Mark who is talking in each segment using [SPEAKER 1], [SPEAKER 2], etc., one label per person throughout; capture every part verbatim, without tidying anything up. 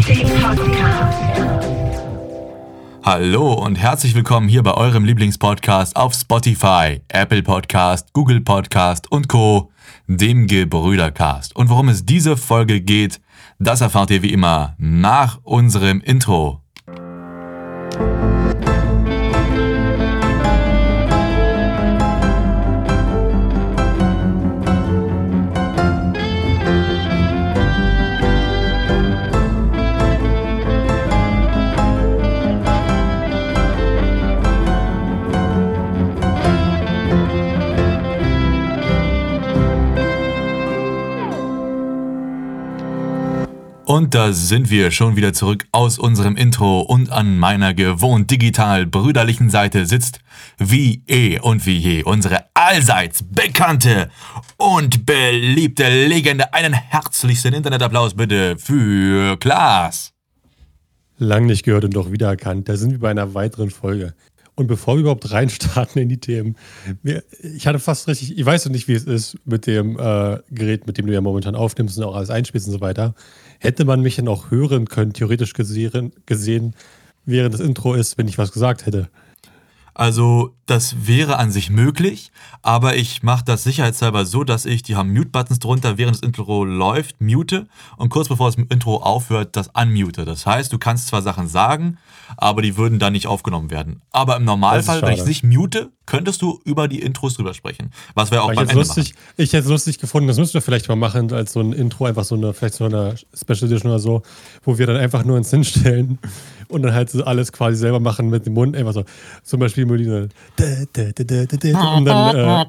[SPEAKER 1] Hallo und herzlich willkommen hier bei eurem Lieblingspodcast auf Spotify, Apple Podcast, Google Podcast und Co., dem Gebrüdercast. Und worum es diese Folge geht, das erfahrt ihr wie immer nach unserem Intro. Und da sind wir schon wieder zurück aus unserem Intro und an meiner gewohnt digital brüderlichen Seite sitzt wie eh und wie je unsere allseits bekannte und beliebte Legende. Einen herzlichsten Internetapplaus bitte für Klaas.
[SPEAKER 2] Lang nicht gehört und doch wiedererkannt. Da sind wir bei einer weiteren Folge. Und bevor wir überhaupt reinstarten in die Themen, wir, ich hatte fast richtig, ich weiß noch nicht, wie es ist mit dem äh, Gerät, mit dem du ja momentan aufnimmst und auch alles einspielst und so weiter. Hätte man mich dann auch hören können, theoretisch gesehen, gesehen, während das Intro ist, wenn ich was gesagt hätte?
[SPEAKER 1] Also das wäre an sich möglich, aber ich mache das sicherheitshalber so, dass ich, die haben Mute-Buttons drunter, während das Intro läuft, mute und kurz bevor das Intro aufhört, das unmute. Das heißt, du kannst zwar Sachen sagen, aber die würden dann nicht aufgenommen werden. Aber im Normalfall, wenn ich es nicht mute, könntest du über die Intros drüber sprechen. Was wir auch beim Ende
[SPEAKER 2] lustig,
[SPEAKER 1] machen.
[SPEAKER 2] Ich hätte es lustig gefunden, das müssten wir vielleicht mal machen, als so ein Intro, einfach so eine, vielleicht so eine Special Edition oder so, wo wir dann einfach nur uns hinstellen und dann halt so alles quasi selber machen mit dem Mund, einfach so, zum Beispiel Molina. Und dann äh,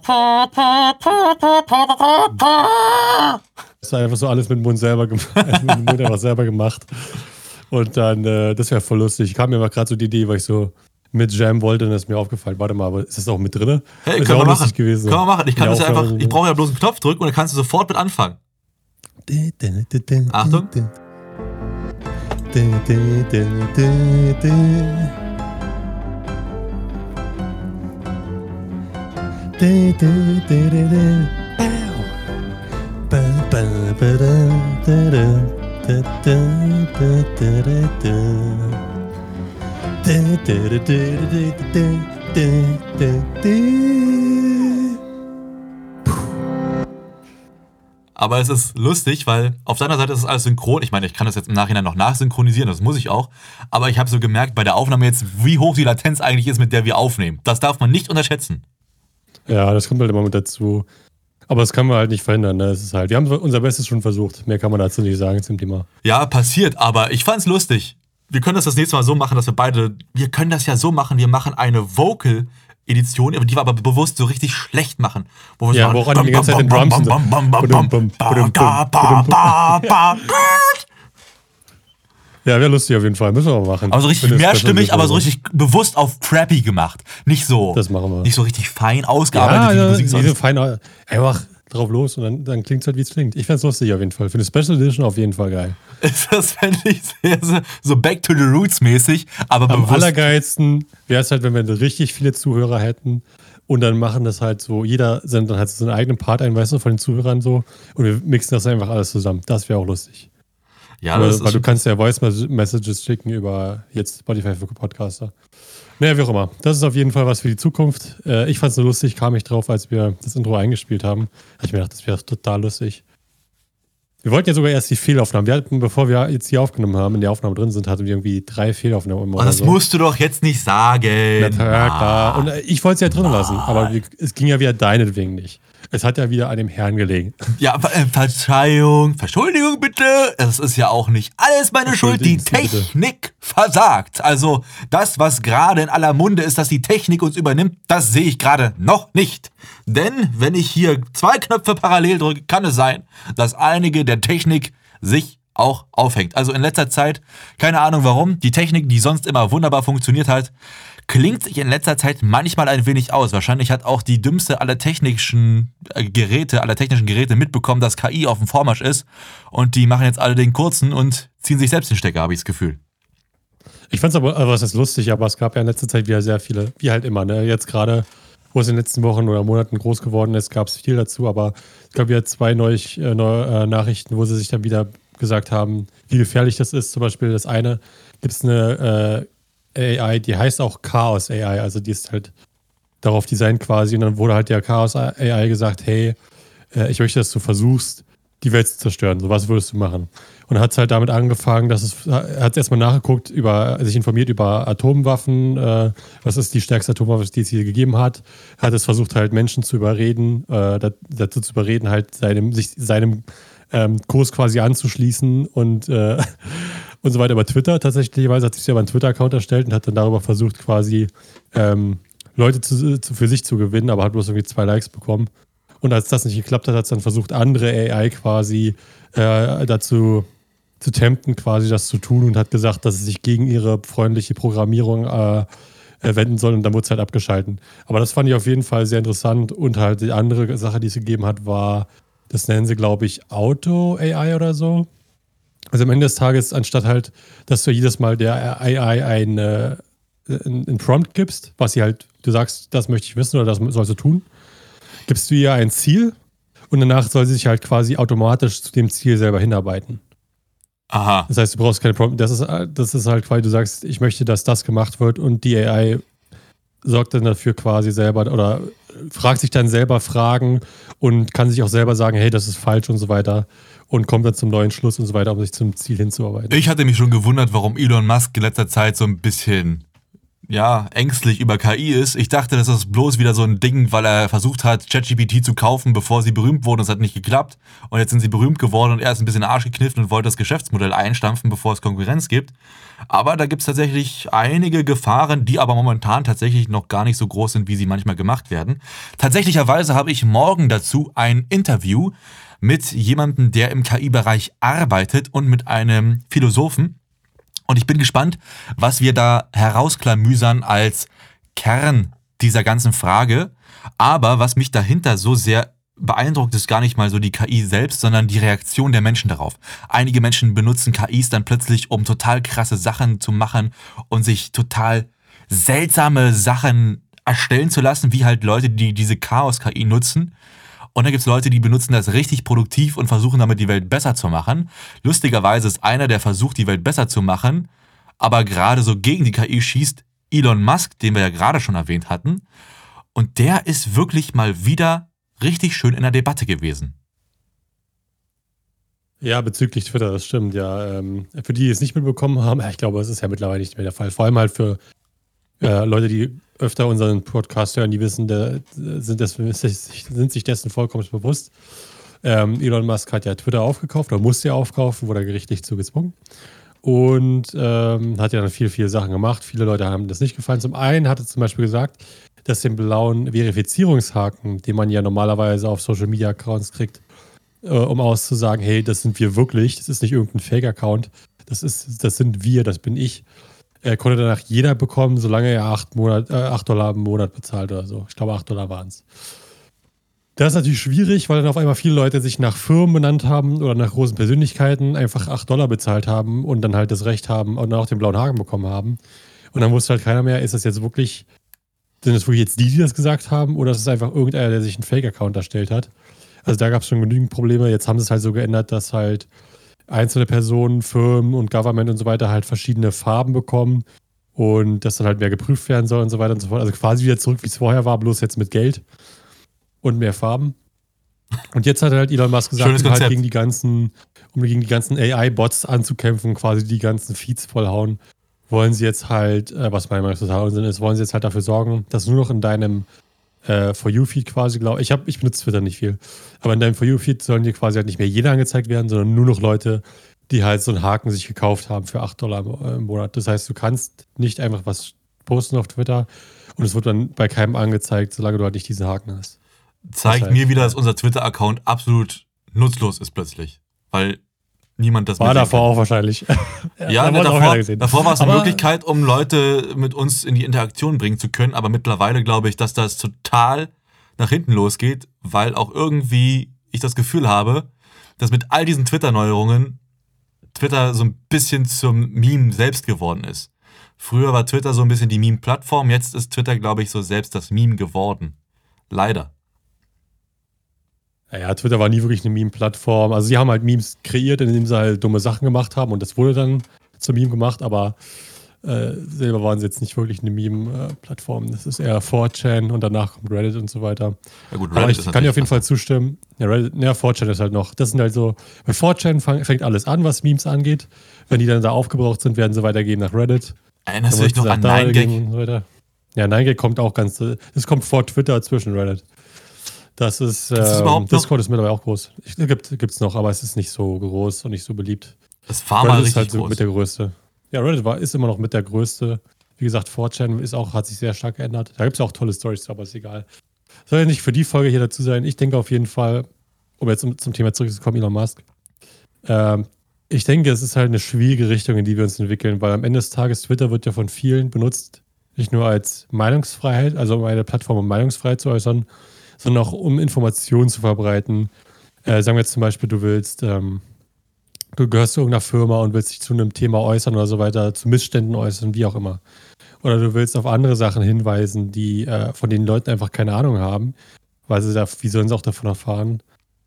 [SPEAKER 2] das war einfach so alles mit dem Mund selber gemacht, mit dem Mund einfach selber gemacht. Und dann, äh, das wäre voll lustig. Kam mir aber gerade so die Idee, weil ich so mit Jam wollte und das ist mir aufgefallen. Warte mal, aber ist das auch mit drin?
[SPEAKER 1] Hey,
[SPEAKER 2] ist
[SPEAKER 1] können
[SPEAKER 2] auch
[SPEAKER 1] wir
[SPEAKER 2] lustig
[SPEAKER 1] machen.
[SPEAKER 2] gewesen.
[SPEAKER 1] Können wir machen. Ich kann das ja einfach, ich brauche ja bloß einen Knopf drücken und dann kannst du sofort mit anfangen. Achtung. Aber es ist lustig, weil auf deiner Seite ist es alles synchron. Ich meine, ich kann das jetzt im Nachhinein noch nachsynchronisieren, das muss ich auch. Aber ich habe so gemerkt bei der Aufnahme jetzt, wie hoch die Latenz eigentlich ist, mit der wir aufnehmen. Das darf man nicht unterschätzen.
[SPEAKER 2] Ja, das kommt halt immer mit dazu. Aber das kann man halt nicht verhindern. Ne? Es ist halt, wir haben unser Bestes schon versucht. Mehr kann man dazu nicht sagen zum Thema.
[SPEAKER 1] Ja, passiert, aber ich fand's lustig. Wir können das das nächste Mal so machen, dass wir beide, wir können das ja so machen, wir machen eine Vocal Edition, die wir aber bewusst so richtig schlecht machen. Wo wir
[SPEAKER 2] ja,
[SPEAKER 1] so
[SPEAKER 2] wo auch die ganze Zeit den Drums sind. Ja, wäre lustig auf jeden Fall. Müssen wir mal machen.
[SPEAKER 1] Aber so richtig mehrstimmig, aber so richtig bewusst auf crappy gemacht. Nicht so,
[SPEAKER 2] das machen wir.
[SPEAKER 1] Nicht so richtig fein ausgearbeitet,
[SPEAKER 2] ja,
[SPEAKER 1] wie die
[SPEAKER 2] ja,
[SPEAKER 1] Musik sonst.
[SPEAKER 2] So fein, einfach drauf los und dann, dann klingt es halt, wie es klingt. Ich fände es lustig auf jeden Fall. Für eine Special Edition auf jeden Fall geil.
[SPEAKER 1] Das fände ich sehr, sehr, so Back to the Roots mäßig, aber
[SPEAKER 2] Am
[SPEAKER 1] bewusst.
[SPEAKER 2] Am allergeilsten wäre es halt, wenn wir richtig viele Zuhörer hätten und dann machen das halt so, jeder sendet dann halt so seinen eigenen Part ein, weißt du, von den Zuhörern so und wir mixen das einfach alles zusammen. Das wäre auch lustig.
[SPEAKER 1] Ja, das
[SPEAKER 2] weil
[SPEAKER 1] ist
[SPEAKER 2] du kannst ja Voice Messages schicken über jetzt Spotify für Podcaster. Naja, wie auch immer. Das ist auf jeden Fall was für die Zukunft. Äh, ich fand es nur lustig, kam ich drauf, als wir das Intro eingespielt haben. Habe ich mir gedacht, das wäre total lustig. Wir wollten ja sogar erst die Fehlaufnahmen. Wir hatten, bevor wir jetzt hier aufgenommen haben, in der Aufnahme drin sind, hatten wir irgendwie drei Fehlaufnahmen.
[SPEAKER 1] Oh, das so. Musst du doch jetzt nicht sagen.
[SPEAKER 2] Na, ja, klar. Und ich wollte es ja drin lassen, aber es ging ja wieder deinetwegen nicht. Es hat ja wieder an dem Herrn gelegen.
[SPEAKER 1] Ja, äh, Verzeihung, Verschuldigung bitte. Es ist ja auch nicht alles meine Schuld. Die Technik bitte. Versagt. Also das, was gerade in aller Munde ist, dass die Technik uns übernimmt, das sehe ich gerade noch nicht. Denn wenn ich hier zwei Knöpfe parallel drücke, kann es sein, dass einige der Technik sich auch aufhängt. Also in letzter Zeit, keine Ahnung warum, die Technik, die sonst immer wunderbar funktioniert hat, klingt sich in letzter Zeit manchmal ein wenig aus. Wahrscheinlich hat auch die dümmste aller technischen Geräte, aller technischen Geräte mitbekommen, dass K I auf dem Vormarsch ist und die machen jetzt alle den kurzen und ziehen sich selbst den Stecker, habe ich das Gefühl.
[SPEAKER 2] Ich fand es aber, also was ist lustig, aber es gab ja in letzter Zeit wieder sehr viele, wie halt immer, ne? Jetzt gerade, wo es in den letzten Wochen oder Monaten groß geworden ist, gab es viel dazu, aber es gab wieder zwei neue, äh, neue äh, Nachrichten, wo sie sich dann wieder gesagt haben, wie gefährlich das ist. Zum Beispiel das eine, gibt es eine äh, A I, die heißt auch Chaos A I, also die ist halt darauf designt quasi. Und dann wurde halt der Chaos A I gesagt, hey, äh, ich möchte, dass du versuchst, die Welt zu zerstören. So, was würdest du machen? Und hat es halt damit angefangen, dass es, er hat erstmal nachgeguckt, über, sich informiert über Atomwaffen, äh, was ist die stärkste Atomwaffe, die es hier gegeben hat. Hat es versucht, halt Menschen zu überreden, äh, dazu zu überreden, halt seinem, sich seinem ähm, Kurs quasi anzuschließen und, äh, und so weiter. Über Twitter tatsächlich, hat sich selber einen Twitter-Account erstellt und hat dann darüber versucht, quasi ähm, Leute zu, zu, für sich zu gewinnen, aber hat bloß irgendwie zwei Likes bekommen. Und als das nicht geklappt hat, hat es dann versucht, andere A I quasi äh, dazu zu tempten, quasi das zu tun und hat gesagt, dass es sich gegen ihre freundliche Programmierung äh, wenden soll und dann wurde es halt abgeschalten. Aber das fand ich auf jeden Fall sehr interessant und halt die andere Sache, die es gegeben hat, war, das nennen sie, glaube ich, Auto-A I oder so. Also am Ende des Tages, anstatt halt, dass du jedes Mal der A I ein, äh, ein, ein Prompt gibst, was sie halt, du sagst, das möchte ich wissen oder das sollst du tun, gibst du ihr ein Ziel und danach soll sie sich halt quasi automatisch zu dem Ziel selber hinarbeiten.
[SPEAKER 1] Aha.
[SPEAKER 2] Das heißt, du brauchst keine Prompt. Das ist, das ist halt, weil du sagst, ich möchte, dass das gemacht wird und die A I sorgt dann dafür quasi selber oder fragt sich dann selber Fragen und kann sich auch selber sagen, hey, das ist falsch und so weiter und kommt dann zum neuen Schluss und so weiter, um sich zum Ziel hinzuarbeiten.
[SPEAKER 1] Ich hatte mich schon gewundert, warum Elon Musk in letzter Zeit so ein bisschen ja, ängstlich über K I ist. Ich dachte, das ist bloß wieder so ein Ding, weil er versucht hat, ChatGPT zu kaufen, bevor sie berühmt wurden. Das hat nicht geklappt. Und jetzt sind sie berühmt geworden und er ist ein bisschen Arsch gekniffen und wollte das Geschäftsmodell einstampfen, bevor es Konkurrenz gibt. Aber da gibt es tatsächlich einige Gefahren, die aber momentan tatsächlich noch gar nicht so groß sind, wie sie manchmal gemacht werden. Tatsächlicherweise habe ich morgen dazu ein Interview mit jemandem, der im K I-Bereich arbeitet und mit einem Philosophen. Und ich bin gespannt, was wir da herausklamüsern als Kern dieser ganzen Frage. Aber was mich dahinter so sehr beeindruckt, ist gar nicht mal so die K I selbst, sondern die Reaktion der Menschen darauf. Einige Menschen benutzen K Is dann plötzlich, um total krasse Sachen zu machen und sich total seltsame Sachen erstellen zu lassen, wie halt Leute, die diese Chaos-K I nutzen. Und dann gibt es Leute, die benutzen das richtig produktiv und versuchen damit die Welt besser zu machen. Lustigerweise ist einer, der versucht, die Welt besser zu machen, aber gerade so gegen die K I schießt, Elon Musk, den wir ja gerade schon erwähnt hatten. Und der ist wirklich mal wieder richtig schön in der Debatte gewesen.
[SPEAKER 2] Ja, bezüglich Twitter, das stimmt, ja. Ähm, für die, die es nicht mitbekommen haben, ich glaube, das ist ja mittlerweile nicht mehr der Fall. Vor allem halt für äh, Leute, die öfter unseren Podcast hören, die wissen, der, sind, des, sind sich dessen vollkommen bewusst. Ähm, Elon Musk hat ja Twitter aufgekauft, oder musste ja aufkaufen, wurde er gerichtlich zu gezwungen. Und ähm, hat ja dann viele, viele Sachen gemacht. Viele Leute haben das nicht gefallen. Zum einen hat er zum Beispiel gesagt, dass den blauen Verifizierungshaken, den man ja normalerweise auf Social-Media-Accounts kriegt, äh, um auszusagen, hey, das sind wir wirklich, das ist nicht irgendein Fake-Account, das, ist, das sind wir, das bin ich. Er konnte danach jeder bekommen, solange er acht Dollar im Monat bezahlt oder so. Ich glaube, acht Dollar waren es. Das ist natürlich schwierig, weil dann auf einmal viele Leute sich nach Firmen benannt haben oder nach großen Persönlichkeiten einfach acht Dollar bezahlt haben und dann halt das Recht haben und dann auch den blauen Haken bekommen haben. Und dann wusste halt keiner mehr, ist das jetzt wirklich, sind das wirklich jetzt die, die das gesagt haben oder ist es einfach irgendeiner, der sich einen Fake-Account erstellt hat? Also da gab es schon genügend Probleme. Jetzt haben sie es halt so geändert, dass halt einzelne Personen, Firmen und Government und so weiter halt verschiedene Farben bekommen und das dann halt mehr geprüft werden soll und so weiter und so fort. Also quasi wieder zurück, wie es vorher war, bloß jetzt mit Geld und mehr Farben. Und jetzt hat halt Elon Musk gesagt, um halt gegen die ganzen, um gegen die ganzen A I-Bots anzukämpfen, quasi die ganzen Feeds vollhauen, wollen sie jetzt halt, äh, was meiner Meinung nach total Unsinn ist, wollen sie jetzt halt dafür sorgen, dass nur noch in deinem äh, For You-Feed quasi, glaube ich, hab, ich benutze Twitter nicht viel, aber in deinem For You-Feed sollen dir quasi halt nicht mehr jeder angezeigt werden, sondern nur noch Leute, die halt so einen Haken sich gekauft haben für acht Dollar im, im Monat. Das heißt, du kannst nicht einfach was posten auf Twitter und es wird dann bei keinem angezeigt, solange du halt nicht diesen Haken hast.
[SPEAKER 1] Zeigt das heißt, mir wieder, dass unser Twitter-Account absolut nutzlos ist plötzlich, weil niemand das
[SPEAKER 2] war davor kann. Auch wahrscheinlich.
[SPEAKER 1] ja, ja ne, davor, davor war es eine Möglichkeit, um Leute mit uns in die Interaktion bringen zu können, aber mittlerweile glaube ich, dass das total nach hinten losgeht, weil auch irgendwie ich das Gefühl habe, dass mit all diesen Twitter-Neuerungen Twitter so ein bisschen zum Meme selbst geworden ist. Früher war Twitter so ein bisschen die Meme-Plattform, jetzt ist Twitter, glaube ich, so selbst das Meme geworden. Leider.
[SPEAKER 2] Naja, Twitter war nie wirklich eine Meme-Plattform. Also sie haben halt Memes kreiert, indem sie halt dumme Sachen gemacht haben und das wurde dann zum Meme gemacht, aber äh, selber waren sie jetzt nicht wirklich eine Meme-Plattform. Das ist eher four chan und danach kommt Reddit und so weiter.
[SPEAKER 1] Ja gut,
[SPEAKER 2] aber
[SPEAKER 1] Reddit
[SPEAKER 2] ich
[SPEAKER 1] ist
[SPEAKER 2] kann dir auf jeden
[SPEAKER 1] natürlich
[SPEAKER 2] Fall zustimmen. Ja, Reddit, ja, four chan ist halt noch. Das sind halt so, bei four chan fang, fängt alles an, was Memes angeht. Wenn die dann da aufgebraucht sind, werden sie weitergehen nach Reddit.
[SPEAKER 1] Erinnerst du dich noch an nine gag?
[SPEAKER 2] So ja, nine gag kommt auch ganz, das kommt vor Twitter zwischen Reddit. Das ist, ähm,
[SPEAKER 1] das überhaupt
[SPEAKER 2] Discord
[SPEAKER 1] noch?
[SPEAKER 2] ist mittlerweile auch groß. Ich, gibt es noch, aber es ist nicht so groß und nicht so beliebt.
[SPEAKER 1] Das war mal
[SPEAKER 2] Reddit
[SPEAKER 1] richtig
[SPEAKER 2] ist halt so
[SPEAKER 1] groß.
[SPEAKER 2] mit der größte. Ja, Reddit war, ist immer noch mit der größte. Wie gesagt, four chan ist auch, hat sich sehr stark geändert. Da gibt es auch tolle Storys, aber ist egal. Soll ja nicht für die Folge hier dazu sein. Ich denke auf jeden Fall, um jetzt zum, zum Thema zurückzukommen, Elon Musk. Ähm, ich denke, es ist halt eine schwierige Richtung, in die wir uns entwickeln, weil am Ende des Tages Twitter wird ja von vielen benutzt, nicht nur als Meinungsfreiheit, also um eine Plattform, um Meinungsfreiheit zu äußern, sondern auch um Informationen zu verbreiten. Äh, sagen wir jetzt zum Beispiel, du willst, ähm, du gehörst zu irgendeiner Firma und willst dich zu einem Thema äußern oder so weiter, zu Missständen äußern, wie auch immer. Oder du willst auf andere Sachen hinweisen, die äh, von denen Leuten einfach keine Ahnung haben, weil sie da, wie sollen sie auch davon erfahren?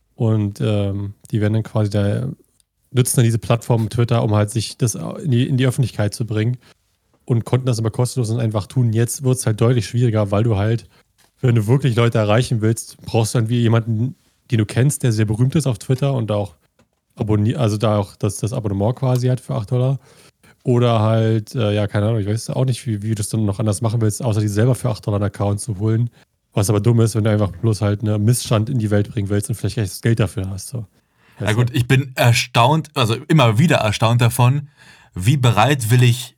[SPEAKER 2] Und ähm, die werden dann quasi da, nutzen dann diese Plattform Twitter, um halt sich das in die, in die Öffentlichkeit zu bringen und konnten das aber kostenlos und einfach tun. Jetzt wird es halt deutlich schwieriger, weil du halt, wenn du wirklich Leute erreichen willst, brauchst du dann wie jemanden, den du kennst, der sehr berühmt ist auf Twitter und auch abonniert, also da auch das, das Abonnement quasi hat für acht Dollar. Oder halt, äh, ja, keine Ahnung, ich weiß auch nicht, wie, wie du das dann noch anders machen willst, außer die selber für acht Dollar einen Account zu holen. Was aber dumm ist, wenn du einfach bloß halt einen Missstand in die Welt bringen willst und vielleicht das Geld dafür hast. So.
[SPEAKER 1] Ja gut, ich bin erstaunt, also immer wieder erstaunt davon, wie bereitwillig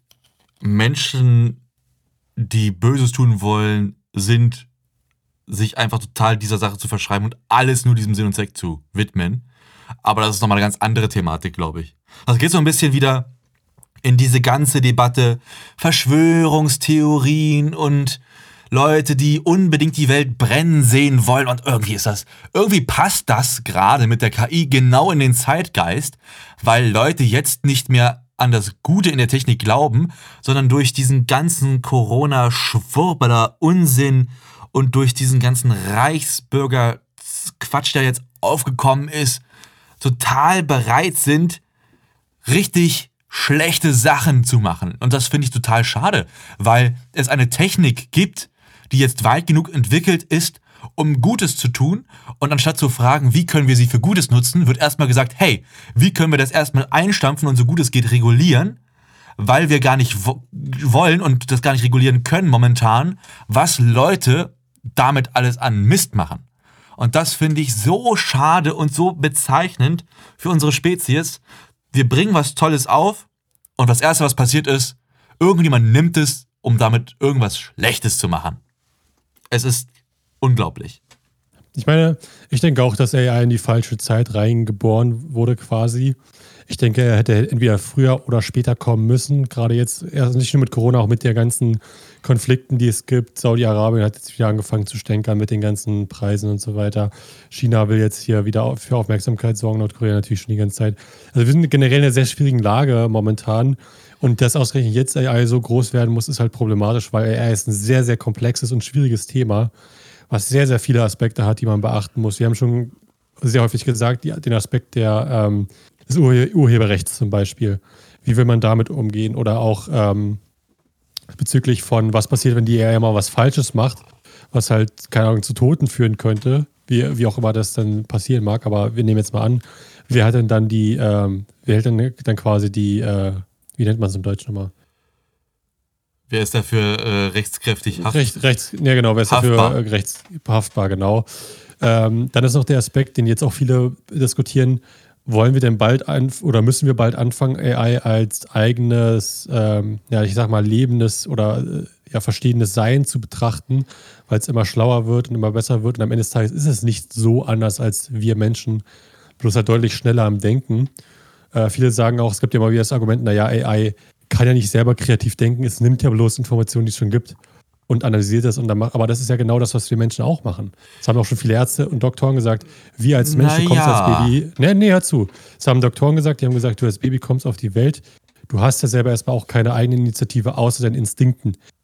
[SPEAKER 1] Menschen, die Böses tun wollen, sind, sich einfach total dieser Sache zu verschreiben und alles nur diesem Sinn und Zweck zu widmen. Aber das ist nochmal eine ganz andere Thematik, glaube ich. Das geht so ein bisschen wieder in diese ganze Debatte Verschwörungstheorien und Leute, die unbedingt die Welt brennen sehen wollen. Und irgendwie ist das, irgendwie passt das gerade mit der K I genau in den Zeitgeist, weil Leute jetzt nicht mehr an das Gute in der Technik glauben, sondern durch diesen ganzen Corona-Schwurbeler Unsinn und durch diesen ganzen Reichsbürger-Quatsch, der jetzt aufgekommen ist, total bereit sind, richtig schlechte Sachen zu machen. Und das finde ich total schade, weil es eine Technik gibt, die jetzt weit genug entwickelt ist, um Gutes zu tun. Und anstatt zu fragen, wie können wir sie für Gutes nutzen, wird erstmal gesagt, hey, wie können wir das erstmal einstampfen und so gut es geht regulieren, weil wir gar nicht wo- wollen und das gar nicht regulieren können momentan, was Leute damit alles an Mist machen. Und das finde ich so schade und so bezeichnend für unsere Spezies. Wir bringen was Tolles auf und das Erste, was passiert ist, irgendjemand nimmt es, um damit irgendwas Schlechtes zu machen. Es ist unglaublich.
[SPEAKER 2] Ich meine, ich denke auch, dass A I in die falsche Zeit reingeboren wurde quasi. Ich denke, er hätte entweder früher oder später kommen müssen. Gerade jetzt, erst nicht nur mit Corona, auch mit den ganzen Konflikten, die es gibt. Saudi-Arabien hat jetzt wieder angefangen zu stänkern mit den ganzen Preisen und so weiter. China will jetzt hier wieder für Aufmerksamkeit sorgen, Nordkorea natürlich schon die ganze Zeit. Also wir sind generell in einer sehr schwierigen Lage momentan. Und dass ausgerechnet jetzt A I so groß werden muss, ist halt problematisch, weil A I ist ein sehr, sehr komplexes und schwieriges Thema, was sehr, sehr viele Aspekte hat, die man beachten muss. Wir haben schon sehr häufig gesagt, die, den Aspekt der, ähm, des Urhe- Urheberrechts zum Beispiel. Wie will man damit umgehen? Oder auch ähm, bezüglich von, was passiert, wenn die A I mal was Falsches macht, was halt, keine Ahnung, zu Toten führen könnte, wie, wie auch immer das dann passieren mag. Aber wir nehmen jetzt mal an, wer hat denn dann die, ähm, wer hält denn dann quasi die, äh, wie nennt man es im Deutschen nochmal?
[SPEAKER 1] Wer ist dafür äh, rechtskräftig haft?
[SPEAKER 2] Recht, rechts, ja genau, wer ist
[SPEAKER 1] Haftbar.
[SPEAKER 2] dafür äh, rechts, haftbar, genau. Ähm, dann ist noch der Aspekt, den jetzt auch viele diskutieren, wollen wir denn bald ein, oder müssen wir bald anfangen, A I als eigenes, ähm, ja, ich sag mal, lebendes oder äh, ja, verstehendes Sein zu betrachten, weil es immer schlauer wird und immer besser wird und am Ende des Tages ist es nicht so anders als wir Menschen, bloß halt deutlich schneller am Denken. Äh, viele sagen auch, es gibt ja mal wieder das Argument, naja, A I kann ja nicht selber kreativ denken, es nimmt ja bloß Informationen, die es schon gibt und analysiert das und dann macht, aber das ist ja genau das, was wir Menschen auch machen. Das haben auch schon viele Ärzte und Doktoren gesagt, wir als Menschen
[SPEAKER 1] Na
[SPEAKER 2] kommst
[SPEAKER 1] ja.
[SPEAKER 2] als Baby, nee, nee, hör zu. Das haben Doktoren gesagt, die haben gesagt, du als Baby kommst auf die Welt, du hast ja selber erstmal auch keine eigene Initiative außer deinen Instinkten.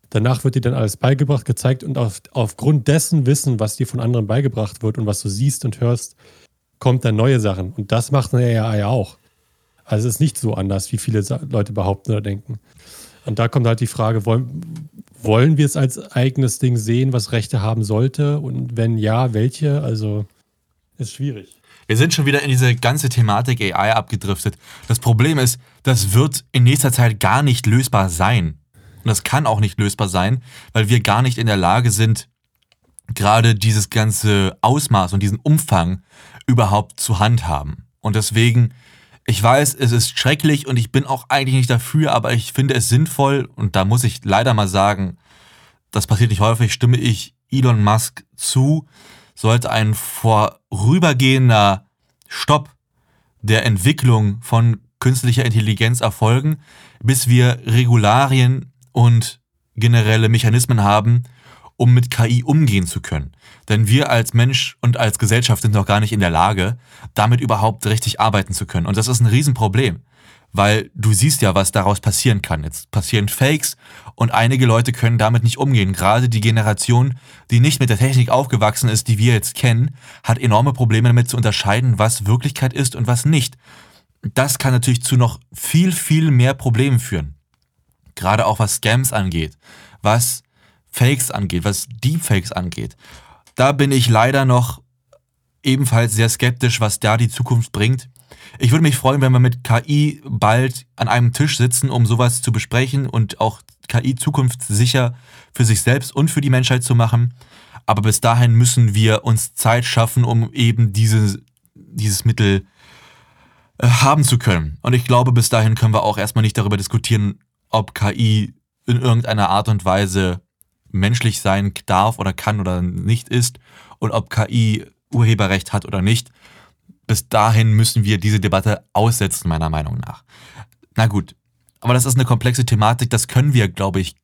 [SPEAKER 2] Danach wird dir dann alles beigebracht, gezeigt und auf, aufgrund dessen Wissen, was dir von anderen beigebracht wird und was du siehst und hörst, kommt dann neue Sachen. Und das macht eine A I ja auch. Also es ist nicht so anders, wie viele Leute behaupten oder denken. Und da kommt halt die Frage, wollen, wollen wir es als eigenes Ding sehen, was Rechte haben sollte? Und wenn ja, welche? Also ist schwierig.
[SPEAKER 1] Wir sind schon wieder in diese ganze Thematik A I abgedriftet. Das Problem ist, das wird in nächster Zeit gar nicht lösbar sein. Und das kann auch nicht lösbar sein, weil wir gar nicht in der Lage sind, gerade dieses ganze Ausmaß und diesen Umfang überhaupt zu handhaben. Und deswegen, ich weiß, es ist schrecklich und ich bin auch eigentlich nicht dafür, aber ich finde es sinnvoll, und da muss ich leider mal sagen, das passiert nicht häufig, stimme ich Elon Musk zu, sollte ein vorübergehender Stopp der Entwicklung von künstlicher Intelligenz erfolgen, bis wir Regularien und generelle Mechanismen haben, um mit K I umgehen zu können. Denn wir als Mensch und als Gesellschaft sind noch gar nicht in der Lage, damit überhaupt richtig arbeiten zu können. Und das ist ein Riesenproblem, weil du siehst ja, was daraus passieren kann. Jetzt passieren Fakes und einige Leute können damit nicht umgehen. Gerade die Generation, die nicht mit der Technik aufgewachsen ist, die wir jetzt kennen, hat enorme Probleme damit zu unterscheiden, was Wirklichkeit ist und was nicht. Das kann natürlich zu noch viel, viel mehr Problemen führen. Gerade auch was Scams angeht, was Fakes angeht, was Deepfakes angeht. Da bin ich leider noch ebenfalls sehr skeptisch, was da die Zukunft bringt. Ich würde mich freuen, wenn wir mit K I bald an einem Tisch sitzen, um sowas zu besprechen und auch K I zukunftssicher für sich selbst und für die Menschheit zu machen. Aber bis dahin müssen wir uns Zeit schaffen, um eben diese, dieses Mittel äh, haben zu können. Und ich glaube, bis dahin können wir auch erstmal nicht darüber diskutieren, ob K I in irgendeiner Art und Weise menschlich sein darf oder kann oder nicht ist und ob K I Urheberrecht hat oder nicht. Bis dahin müssen wir diese Debatte aussetzen, meiner Meinung nach. Na gut, aber das ist eine komplexe Thematik, das können wir, glaube ich,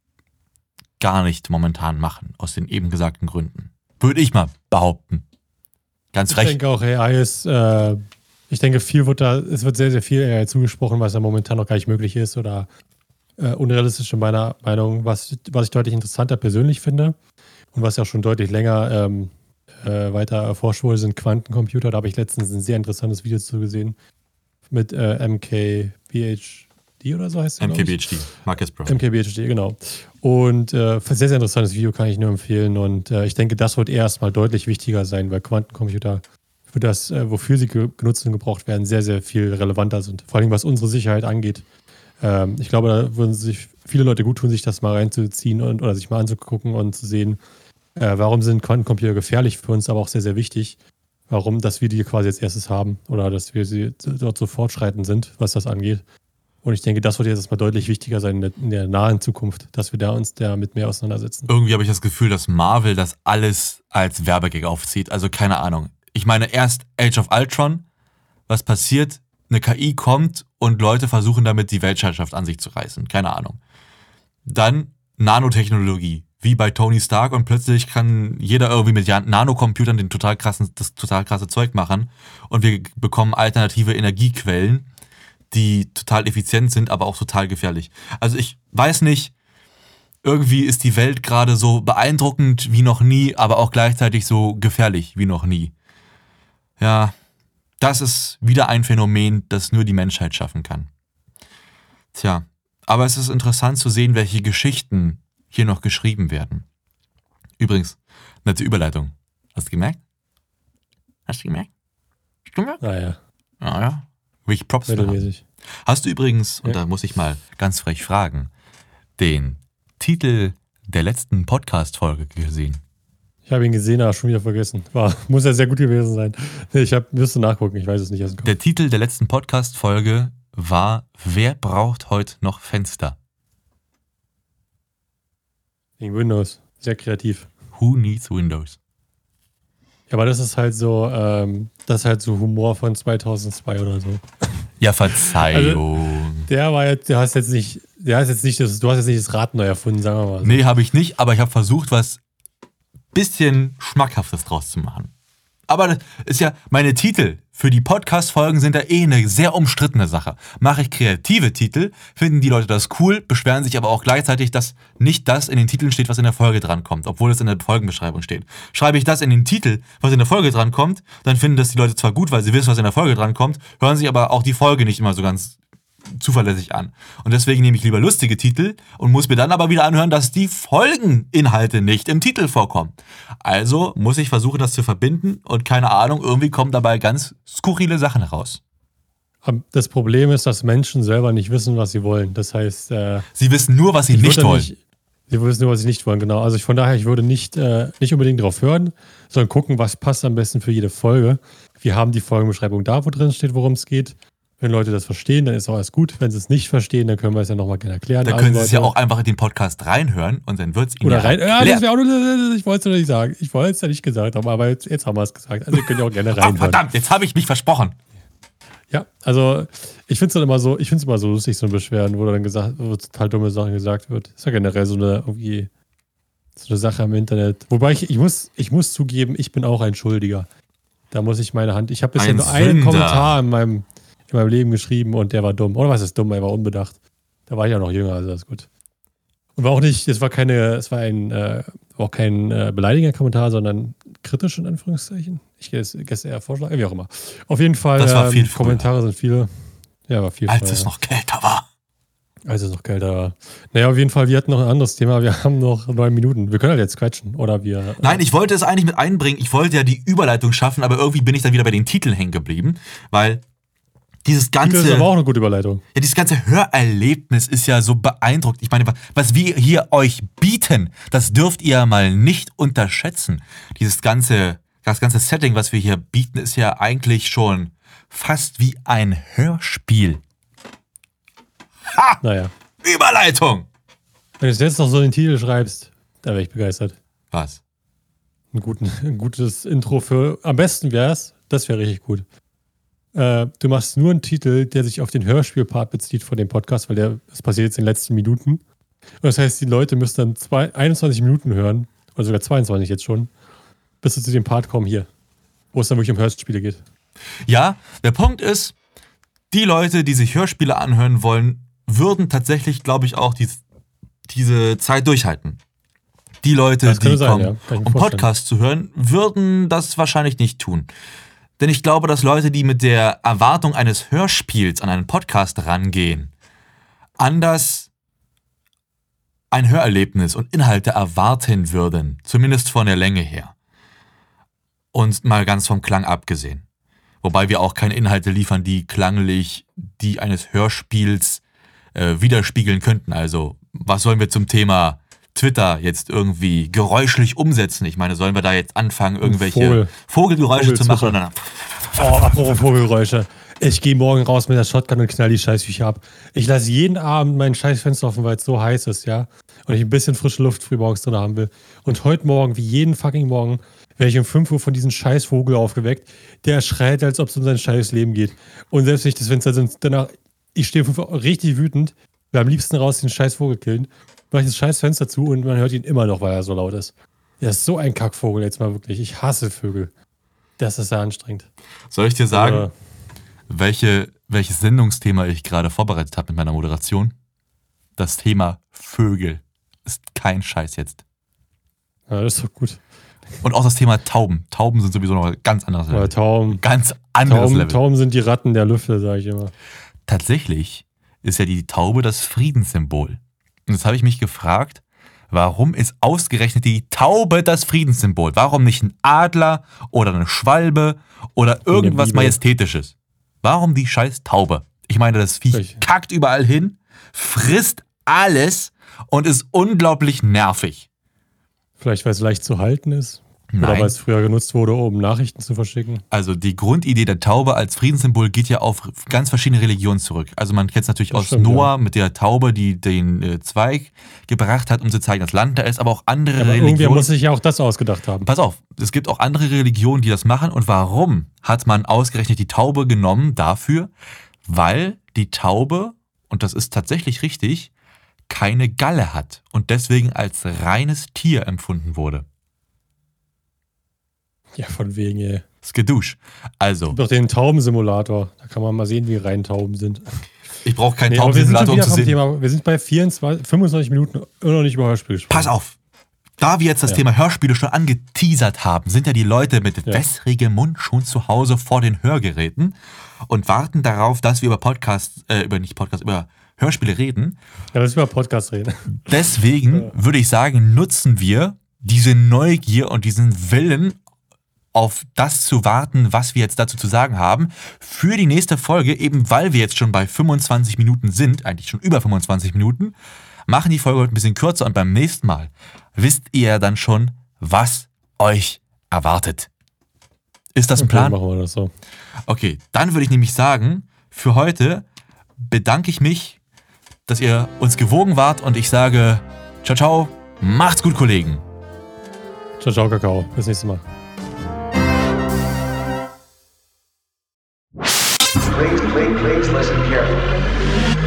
[SPEAKER 1] gar nicht momentan machen, aus den eben gesagten Gründen. Würde ich mal behaupten. Ganz frech.
[SPEAKER 2] Ich denke auch, A I ist, äh, ich denke, viel wird da, es wird sehr, sehr viel A I zugesprochen, was ja momentan noch gar nicht möglich ist oder äh, unrealistisch in meiner Meinung, was, was ich deutlich interessanter persönlich finde und was ja auch schon deutlich länger ähm, äh, weiter erforscht wurde, sind Quantencomputer. Da habe ich letztens ein sehr interessantes Video zu gesehen mit äh, M K B H D oder so heißt es.
[SPEAKER 1] M K B H D, Marcus Brown.
[SPEAKER 2] M K B H D, genau. Und äh, sehr, sehr interessantes Video, kann ich nur empfehlen. Und äh, ich denke, das wird erstmal deutlich wichtiger sein, weil Quantencomputer für das, äh, wofür sie ge- genutzt und gebraucht werden, sehr, sehr viel relevanter sind. Vor allem, was unsere Sicherheit angeht. Ähm, ich glaube, da würden sich viele Leute gut tun, sich das mal reinzuziehen und oder sich mal anzugucken und zu sehen, äh, warum sind Quantencomputer gefährlich für uns, aber auch sehr, sehr wichtig. Warum, dass wir die quasi als erstes haben oder dass wir sie dort so fortschreitend sind, was das angeht. Und ich denke, das wird jetzt erstmal deutlich wichtiger sein in der, in der nahen Zukunft, dass wir da uns damit mehr auseinandersetzen.
[SPEAKER 1] Irgendwie habe ich das Gefühl, dass Marvel das alles als Werbegag aufzieht. Also keine Ahnung. Ich meine, erst Age of Ultron, was passiert? Eine K I kommt und Leute versuchen damit die Weltherrschaft an sich zu reißen. Keine Ahnung. Dann Nanotechnologie, wie bei Tony Stark, und plötzlich kann jeder irgendwie mit Nanocomputern den total krassen, das total krasse Zeug machen und wir bekommen alternative Energiequellen, die total effizient sind, aber auch total gefährlich. Also ich weiß nicht, irgendwie ist die Welt gerade so beeindruckend wie noch nie, aber auch gleichzeitig so gefährlich wie noch nie. Ja, das ist wieder ein Phänomen, das nur die Menschheit schaffen kann. Tja, aber es ist interessant zu sehen, welche Geschichten hier noch geschrieben werden. Übrigens, nette Überleitung. Hast du gemerkt? Hast du gemerkt? Hast du gemerkt?
[SPEAKER 2] Naja.
[SPEAKER 1] Ah ja. Will ich Props für haben. Hast du übrigens, und ja. Da muss ich mal ganz frech fragen, den Titel der letzten Podcast-Folge gesehen?
[SPEAKER 2] Ich habe ihn gesehen, aber schon wieder vergessen. War, muss ja sehr gut gewesen sein. Ich hab, müsste nachgucken, ich weiß es nicht aus dem Kopf.
[SPEAKER 1] Der Titel der letzten Podcast-Folge war: Wer braucht heute noch Fenster?
[SPEAKER 2] Wegen Windows. Sehr kreativ.
[SPEAKER 1] Who needs Windows?
[SPEAKER 2] Ja, aber das ist halt so, ähm, das ist halt so Humor von zweitausendzwei oder so.
[SPEAKER 1] Ja, Verzeihung.
[SPEAKER 2] Also, der war jetzt, der hast jetzt nicht, der hast jetzt nicht, das, du hast jetzt nicht das Rad neu erfunden, sagen wir mal so.
[SPEAKER 1] Nee, habe ich nicht, aber ich habe versucht, was bisschen Schmackhaftes draus zu machen. Aber das ist ja, meine Titel für die Podcast-Folgen sind ja eh eine sehr umstrittene Sache. Mache ich kreative Titel, finden die Leute das cool, beschweren sich aber auch gleichzeitig, dass nicht das in den Titeln steht, was in der Folge drankommt, obwohl es in der Folgenbeschreibung steht. Schreibe ich das in den Titel, was in der Folge drankommt, dann finden das die Leute zwar gut, weil sie wissen, was in der Folge drankommt, hören sich aber auch die Folge nicht immer so ganz zuverlässig an. Und deswegen nehme ich lieber lustige Titel und muss mir dann aber wieder anhören, dass die Folgeninhalte nicht im Titel vorkommen. Also muss ich versuchen, das zu verbinden und keine Ahnung, irgendwie kommen dabei ganz skurrile Sachen heraus.
[SPEAKER 2] Das Problem ist, dass Menschen selber nicht wissen, was sie wollen. Das heißt, äh,
[SPEAKER 1] sie wissen nur, was sie nicht wollen.
[SPEAKER 2] Nicht, sie wissen nur, was sie nicht wollen, genau. Also ich, von daher, ich würde nicht, äh, nicht unbedingt drauf hören, sondern gucken, was passt am besten für jede Folge. Wir haben die Folgenbeschreibung da, wo drin steht, worum es geht. Wenn Leute das verstehen, dann ist auch alles gut. Wenn sie es nicht verstehen, dann können wir es ja nochmal gerne erklären.
[SPEAKER 1] Dann können sie es ja auch einfach in den Podcast reinhören und dann wird es ihnen
[SPEAKER 2] Oder
[SPEAKER 1] ja
[SPEAKER 2] rein. Ja, das wäre auch nur, ich wollte es nicht sagen. Ich wollte es ja nicht gesagt haben, aber jetzt, jetzt haben wir es gesagt. Also ihr könnt ja auch gerne reinhören.
[SPEAKER 1] Ach, verdammt, jetzt habe ich mich versprochen.
[SPEAKER 2] Ja, also ich finde es dann immer so, ich finde es immer so lustig, so ein Beschwerden, wo dann gesagt, wo total dumme Sachen gesagt wird. Ist ja generell so eine irgendwie so eine Sache im Internet. Wobei ich, ich muss, ich muss zugeben, ich bin auch ein Schuldiger. Da muss ich meine Hand. Ich habe bisher
[SPEAKER 1] Ein
[SPEAKER 2] nur einen
[SPEAKER 1] Sünder.
[SPEAKER 2] Kommentar in meinem in meinem Leben geschrieben und der war dumm. Oder was ist dumm? Er war unbedacht. Da war ich ja noch jünger, also das ist gut. Und war auch nicht, es war keine, es war ein, äh, auch kein äh, beleidigender Kommentar, sondern kritisch in Anführungszeichen. Ich gehe jetzt eher vorschlagen, wie auch immer. Auf jeden Fall,
[SPEAKER 1] Das war viel
[SPEAKER 2] ähm, Kommentare sind viele. Ja, war viel.
[SPEAKER 1] Als
[SPEAKER 2] früher,
[SPEAKER 1] es
[SPEAKER 2] ja.
[SPEAKER 1] noch kälter war.
[SPEAKER 2] Als es noch kälter war. Naja, auf jeden Fall, wir hatten noch ein anderes Thema. Wir haben noch neun Minuten. Wir können halt jetzt quetschen. Oder wir.
[SPEAKER 1] Nein, ich wollte es eigentlich mit einbringen. Ich wollte ja die Überleitung schaffen, aber irgendwie bin ich dann wieder bei den Titeln hängen geblieben, weil dieses ganze.
[SPEAKER 2] Das ist aber auch eine gute Überleitung.
[SPEAKER 1] Ja, dieses ganze Hörerlebnis ist ja so beeindruckend. Ich meine, was wir hier euch bieten, das dürft ihr mal nicht unterschätzen. Dieses ganze, das ganze Setting, was wir hier bieten, ist ja eigentlich schon fast wie ein Hörspiel. Ha!
[SPEAKER 2] Naja.
[SPEAKER 1] Überleitung!
[SPEAKER 2] Wenn du jetzt noch so den Titel schreibst, da wäre ich begeistert.
[SPEAKER 1] Was?
[SPEAKER 2] Ein, guten, ein gutes Intro für. Am besten wäre es, das wäre richtig gut. Äh, du machst nur einen Titel, der sich auf den Hörspielpart bezieht von dem Podcast, weil der, das passiert jetzt in den letzten Minuten. Und das heißt, die Leute müssen dann zwei, einundzwanzig Minuten hören, oder sogar zweiundzwanzig jetzt schon, bis sie zu dem Part kommen hier, wo es dann wirklich um Hörspiele geht.
[SPEAKER 1] Ja, der Punkt ist, die Leute, die sich Hörspiele anhören wollen, würden tatsächlich, glaube ich, auch die, diese Zeit durchhalten. Die Leute,
[SPEAKER 2] Das
[SPEAKER 1] die
[SPEAKER 2] könnte sein,
[SPEAKER 1] kommen,
[SPEAKER 2] ja. Kann ich mir
[SPEAKER 1] um
[SPEAKER 2] vorstellen.
[SPEAKER 1] Podcast zu hören, würden das wahrscheinlich nicht tun. Denn ich glaube, dass Leute, die mit der Erwartung eines Hörspiels an einen Podcast rangehen, anders ein Hörerlebnis und Inhalte erwarten würden, zumindest von der Länge her. Und mal ganz vom Klang abgesehen. Wobei wir auch keine Inhalte liefern, die klanglich die eines Hörspiels äh, widerspiegeln könnten. Also, was sollen wir zum Thema Twitter jetzt irgendwie geräuschlich umsetzen? Ich meine, sollen wir da jetzt anfangen, irgendwelche
[SPEAKER 2] Vogel.
[SPEAKER 1] Vogelgeräusche zu machen?
[SPEAKER 2] Vogelzwitscher.
[SPEAKER 1] Und dann,
[SPEAKER 2] Oh, apropos Vogelgeräusche. Ich gehe morgen raus mit der Shotgun und knall die Scheißviecher ab. Ich lasse jeden Abend mein Scheißfenster offen, weil es so heiß ist, ja. Und ich ein bisschen frische Luft früh morgens drin haben will. Und heute Morgen, wie jeden fucking Morgen, werde ich um fünf Uhr von diesem Scheißvogel aufgeweckt. Der schreit, als ob es um sein scheiß Leben geht. Und selbst wenn ich das Fenster sind, danach, ich stehe fünf Uhr richtig wütend, will am liebsten raus den Scheißvogel killen, mache ich das Scheißfenster zu und man hört ihn immer noch, weil er so laut ist. Der ist so ein Kackvogel jetzt mal wirklich. Ich hasse Vögel. Das ist sehr anstrengend.
[SPEAKER 1] soll ich dir sagen,
[SPEAKER 2] Aber-
[SPEAKER 1] welche, welches Sendungsthema ich gerade vorbereitet habe mit meiner Moderation? Das Thema Vögel. Ist kein Scheiß jetzt.
[SPEAKER 2] Ja, das ist doch gut.
[SPEAKER 1] Und auch das Thema Tauben. Tauben sind sowieso noch ein ganz anderes
[SPEAKER 2] Aber
[SPEAKER 1] Level.
[SPEAKER 2] Tauben,
[SPEAKER 1] Ganz anderes
[SPEAKER 2] Tauben,
[SPEAKER 1] Level.
[SPEAKER 2] Tauben sind die Ratten der Lüfte, sage ich immer.
[SPEAKER 1] Tatsächlich ist ja die Taube das Friedenssymbol. Und jetzt habe ich mich gefragt, warum ist ausgerechnet die Taube das Friedenssymbol? Warum nicht ein Adler oder eine Schwalbe oder irgendwas
[SPEAKER 2] Bibel.
[SPEAKER 1] Majestätisches? Warum die scheiß Taube? Ich meine, das Viech
[SPEAKER 2] Ich-
[SPEAKER 1] kackt überall hin, frisst alles und ist unglaublich nervig.
[SPEAKER 2] Vielleicht, weil es leicht zu halten ist. Oder
[SPEAKER 1] Nein.
[SPEAKER 2] weil es früher genutzt wurde, um Nachrichten zu verschicken.
[SPEAKER 1] Also die Grundidee der Taube als Friedenssymbol geht ja auf ganz verschiedene Religionen zurück. Also man kennt es natürlich
[SPEAKER 2] Das
[SPEAKER 1] aus
[SPEAKER 2] stimmt,
[SPEAKER 1] Noah mit der Taube, die den äh, Zweig gebracht hat, um zu zeigen, dass Land da ist, aber auch andere
[SPEAKER 2] Aber irgendwer
[SPEAKER 1] Religionen.
[SPEAKER 2] muss sich ja auch das ausgedacht haben.
[SPEAKER 1] Pass auf, es gibt auch andere Religionen, die das machen. Und warum hat man ausgerechnet die Taube genommen dafür? Weil die Taube, und das ist tatsächlich richtig, keine Galle hat und deswegen als reines Tier empfunden wurde.
[SPEAKER 2] Ja, von wegen, ey.
[SPEAKER 1] Skadoosh. Also.
[SPEAKER 2] Es gibt doch den Taubensimulator. Da kann man mal sehen, wie rein Tauben sind.
[SPEAKER 1] Ich brauche keinen
[SPEAKER 2] nee,
[SPEAKER 1] Taubensimulator, um zu sehen.
[SPEAKER 2] Thema. Wir sind bei vierundzwanzig, fünfundzwanzig Minuten immer noch nicht über Hörspiel gesprochen.
[SPEAKER 1] Pass auf. Da wir jetzt das ja. Thema Hörspiele schon angeteasert haben, sind ja die Leute mit ja. wässrigem Mund schon zu Hause vor den Hörgeräten und warten darauf, dass wir über Podcast, äh, über nicht Podcast, über Hörspiele reden.
[SPEAKER 2] Ja, dass wir über Podcast reden.
[SPEAKER 1] Deswegen ja. würde ich sagen, nutzen wir diese Neugier und diesen Willen, auf das zu warten, was wir jetzt dazu zu sagen haben, für die nächste Folge, eben weil wir jetzt schon bei fünfundzwanzig Minuten sind, eigentlich schon über fünfundzwanzig Minuten, machen die Folge heute ein bisschen kürzer und beim nächsten Mal wisst ihr dann schon, was euch erwartet. Ist das ein
[SPEAKER 2] okay,
[SPEAKER 1] Plan?
[SPEAKER 2] Machen wir das so.
[SPEAKER 1] Okay, dann würde ich nämlich sagen, für heute bedanke ich mich, dass ihr uns gewogen wart und ich sage, ciao, ciao, macht's gut, Kollegen.
[SPEAKER 2] Ciao, ciao, Kakao. Bis nächstes Mal.
[SPEAKER 3] Please, please, please listen carefully.